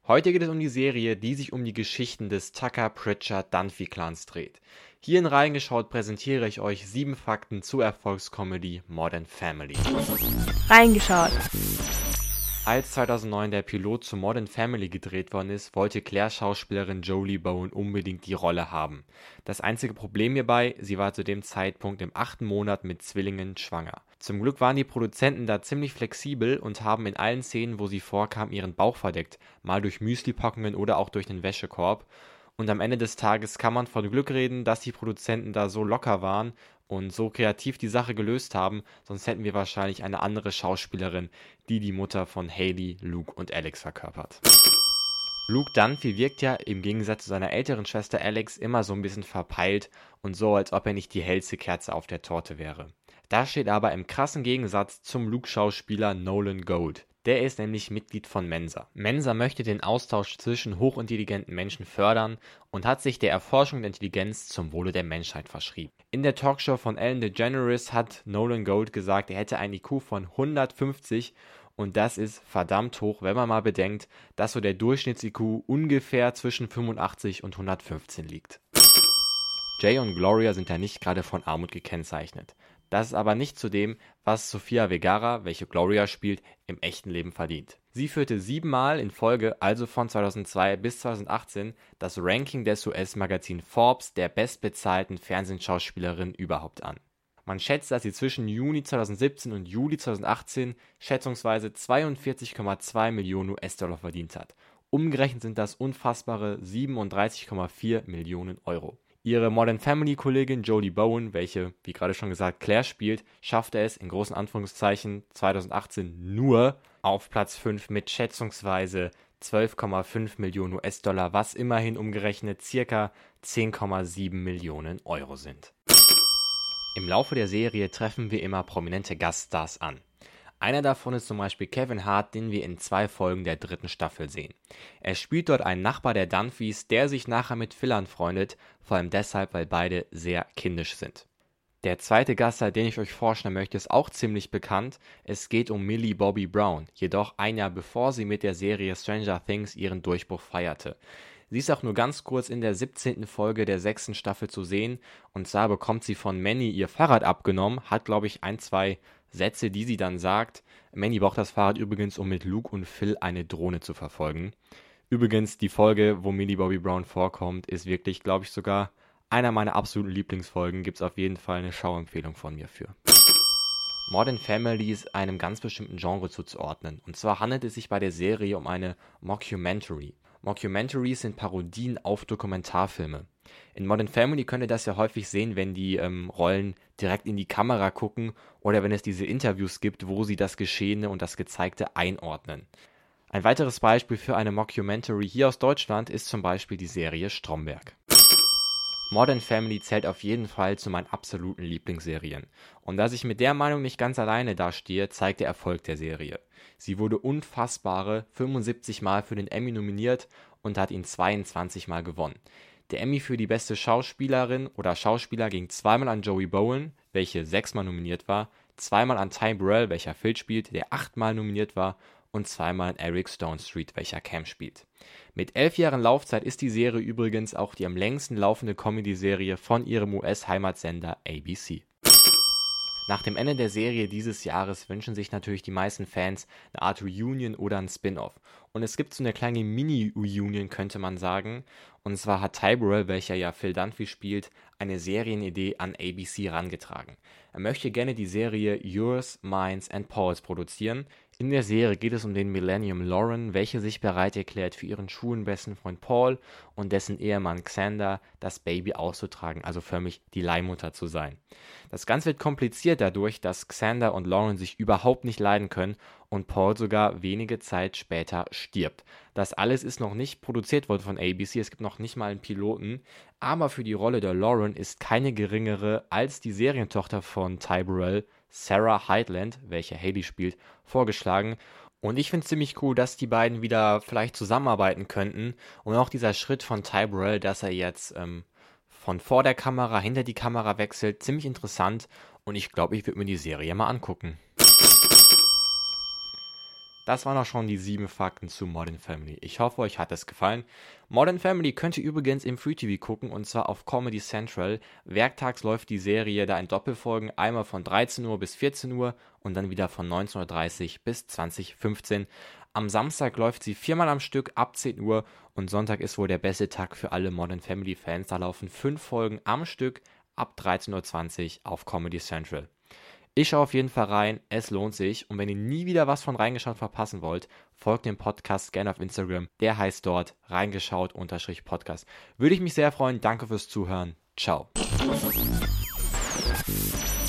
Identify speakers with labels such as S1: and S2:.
S1: Heute geht es um die Serie, die sich um die Geschichten des Tucker-Pritchard-Dunphy-Clans dreht. Hier in Reingeschaut präsentiere ich euch 7 Fakten zur Erfolgskomödie Modern Family.
S2: Reingeschaut.
S1: Als 2009 der Pilot zu Modern Family gedreht worden ist, wollte Claire-Schauspielerin Jolie Bowen unbedingt die Rolle haben. Das einzige Problem hierbei, sie war zu dem Zeitpunkt im 8. Monat mit Zwillingen schwanger. Zum Glück waren die Produzenten da ziemlich flexibel und haben in allen Szenen, wo sie vorkam, ihren Bauch verdeckt, mal durch Müslipackungen oder auch durch den Wäschekorb. Und am Ende des Tages kann man von Glück reden, dass die Produzenten da so locker waren und so kreativ die Sache gelöst haben, sonst hätten wir wahrscheinlich eine andere Schauspielerin, die die Mutter von Hayley, Luke und Alex verkörpert. Luke Dunphy wirkt ja im Gegensatz zu seiner älteren Schwester Alex immer so ein bisschen verpeilt und so, als ob er nicht die hellste Kerze auf der Torte wäre. Das steht aber im krassen Gegensatz zum Luke-Schauspieler Nolan Gold. Der ist nämlich Mitglied von Mensa. Mensa möchte den Austausch zwischen hochintelligenten Menschen fördern und hat sich der Erforschung der Intelligenz zum Wohle der Menschheit verschrieben. In der Talkshow von Ellen DeGeneres hat Nolan Gold gesagt, er hätte ein IQ von 150 und das ist verdammt hoch, wenn man mal bedenkt, dass so der Durchschnitts-IQ ungefähr zwischen 85 und 115 liegt. Jay und Gloria sind ja nicht gerade von Armut gekennzeichnet. Das ist aber nicht zu dem, was Sofia Vergara, welche Gloria spielt, im echten Leben verdient. Sie führte 7 Mal in Folge, also von 2002 bis 2018, das Ranking des US-Magazin Forbes der bestbezahlten Fernsehschauspielerin überhaupt an. Man schätzt, dass sie zwischen Juni 2017 und Juli 2018 schätzungsweise 42,2 Millionen US-Dollar verdient hat. Umgerechnet sind das unfassbare 37,4 Millionen Euro. Ihre Modern Family-Kollegin Jolie Bowen, welche, wie gerade schon gesagt, Claire spielt, schaffte es in großen Anführungszeichen 2018 nur auf Platz 5 mit schätzungsweise 12,5 Millionen US-Dollar, was immerhin umgerechnet ca. 10,7 Millionen Euro sind. Im Laufe der Serie treffen wir immer prominente Gaststars an. Einer davon ist zum Beispiel Kevin Hart, den wir in 2 Folgen der 3. Staffel sehen. Er spielt dort einen Nachbar der Dunphys, der sich nachher mit Phil anfreundet, vor allem deshalb, weil beide sehr kindisch sind. Der zweite Gaststar, den ich euch vorstellen möchte, ist auch ziemlich bekannt. Es geht um Millie Bobby Brown, jedoch ein Jahr bevor sie mit der Serie Stranger Things ihren Durchbruch feierte. Sie ist auch nur ganz kurz in der 17. Folge der 6. Staffel zu sehen, und zwar bekommt sie von Manny ihr Fahrrad abgenommen, hat glaube ich 1, 2 Sätze, die sie dann sagt. Manny braucht das Fahrrad übrigens, um mit Luke und Phil eine Drohne zu verfolgen. Übrigens, die Folge, wo Millie Bobby Brown vorkommt, ist wirklich, glaube ich, sogar einer meiner absoluten Lieblingsfolgen. Gibt es auf jeden Fall eine Schauempfehlung von mir für. Modern Family ist einem ganz bestimmten Genre zuzuordnen. Und zwar handelt es sich bei der Serie um eine Mockumentary. Mockumentaries sind Parodien auf Dokumentarfilme. In Modern Family könnt ihr das ja häufig sehen, wenn die Rollen direkt in die Kamera gucken oder wenn es diese Interviews gibt, wo sie das Geschehene und das Gezeigte einordnen. Ein weiteres Beispiel für eine Mockumentary hier aus Deutschland ist zum Beispiel die Serie Stromberg. Modern Family zählt auf jeden Fall zu meinen absoluten Lieblingsserien. Und dass ich mit der Meinung nicht ganz alleine dastehe, zeigt der Erfolg der Serie. Sie wurde unfassbare 75 Mal für den Emmy nominiert und hat ihn 22 Mal gewonnen. Der Emmy für die beste Schauspielerin oder Schauspieler ging 2-mal an Joey Bowen, welche 6-mal nominiert war, 2-mal an Ty Burrell, welcher Phil spielt, der 8-mal nominiert war, und 2-mal an Eric Stonestreet, welcher Cam spielt. Mit 11 Jahren Laufzeit ist die Serie übrigens auch die am längsten laufende Comedy-Serie von ihrem US-Heimatsender ABC. Nach dem Ende der Serie dieses Jahres wünschen sich natürlich die meisten Fans eine Art Reunion oder ein Spin-off. Und es gibt so eine kleine Mini-Reunion, könnte man sagen. Und zwar hat Ty Burrell, welcher ja Phil Dunphy spielt, eine Serienidee an ABC herangetragen. Er möchte gerne die Serie Yours, Mines and Paul's produzieren. In der Serie geht es um den Millennium Lauren, welche sich bereit erklärt, für ihren schwulen besten Freund Paul und dessen Ehemann Xander das Baby auszutragen, also förmlich die Leihmutter zu sein. Das Ganze wird kompliziert dadurch, dass Xander und Lauren sich überhaupt nicht leiden können und Paul sogar wenige Zeit später stirbt. Das alles ist noch nicht produziert worden von ABC, es gibt noch nicht mal einen Piloten, aber für die Rolle der Lauren ist keine geringere als die Serientochter von Ty Burrell, Sarah Heitland, welche Hayley spielt, vorgeschlagen. Und ich finde es ziemlich cool, dass die beiden wieder vielleicht zusammenarbeiten könnten. Und auch dieser Schritt von Ty Burrell, dass er jetzt von vor der Kamera hinter die Kamera wechselt, ziemlich interessant. Und ich glaube, ich würde mir die Serie mal angucken. Das waren auch schon die 7 Fakten zu Modern Family. Ich hoffe, euch hat es gefallen. Modern Family könnt ihr übrigens im Free TV gucken, und zwar auf Comedy Central. Werktags läuft die Serie da in Doppelfolgen, einmal von 13 Uhr bis 14 Uhr und dann wieder von 19:30 Uhr bis 20:15 Uhr. Am Samstag läuft sie 4-mal am Stück ab 10 Uhr und Sonntag ist wohl der beste Tag für alle Modern Family Fans. Da laufen 5 Folgen am Stück ab 13:20 Uhr auf Comedy Central. Ich schaue auf jeden Fall rein, es lohnt sich, und wenn ihr nie wieder was von Reingeschaut verpassen wollt, folgt dem Podcast gerne auf Instagram, der heißt dort reingeschaut_podcast. Würde ich mich sehr freuen, danke fürs Zuhören, ciao.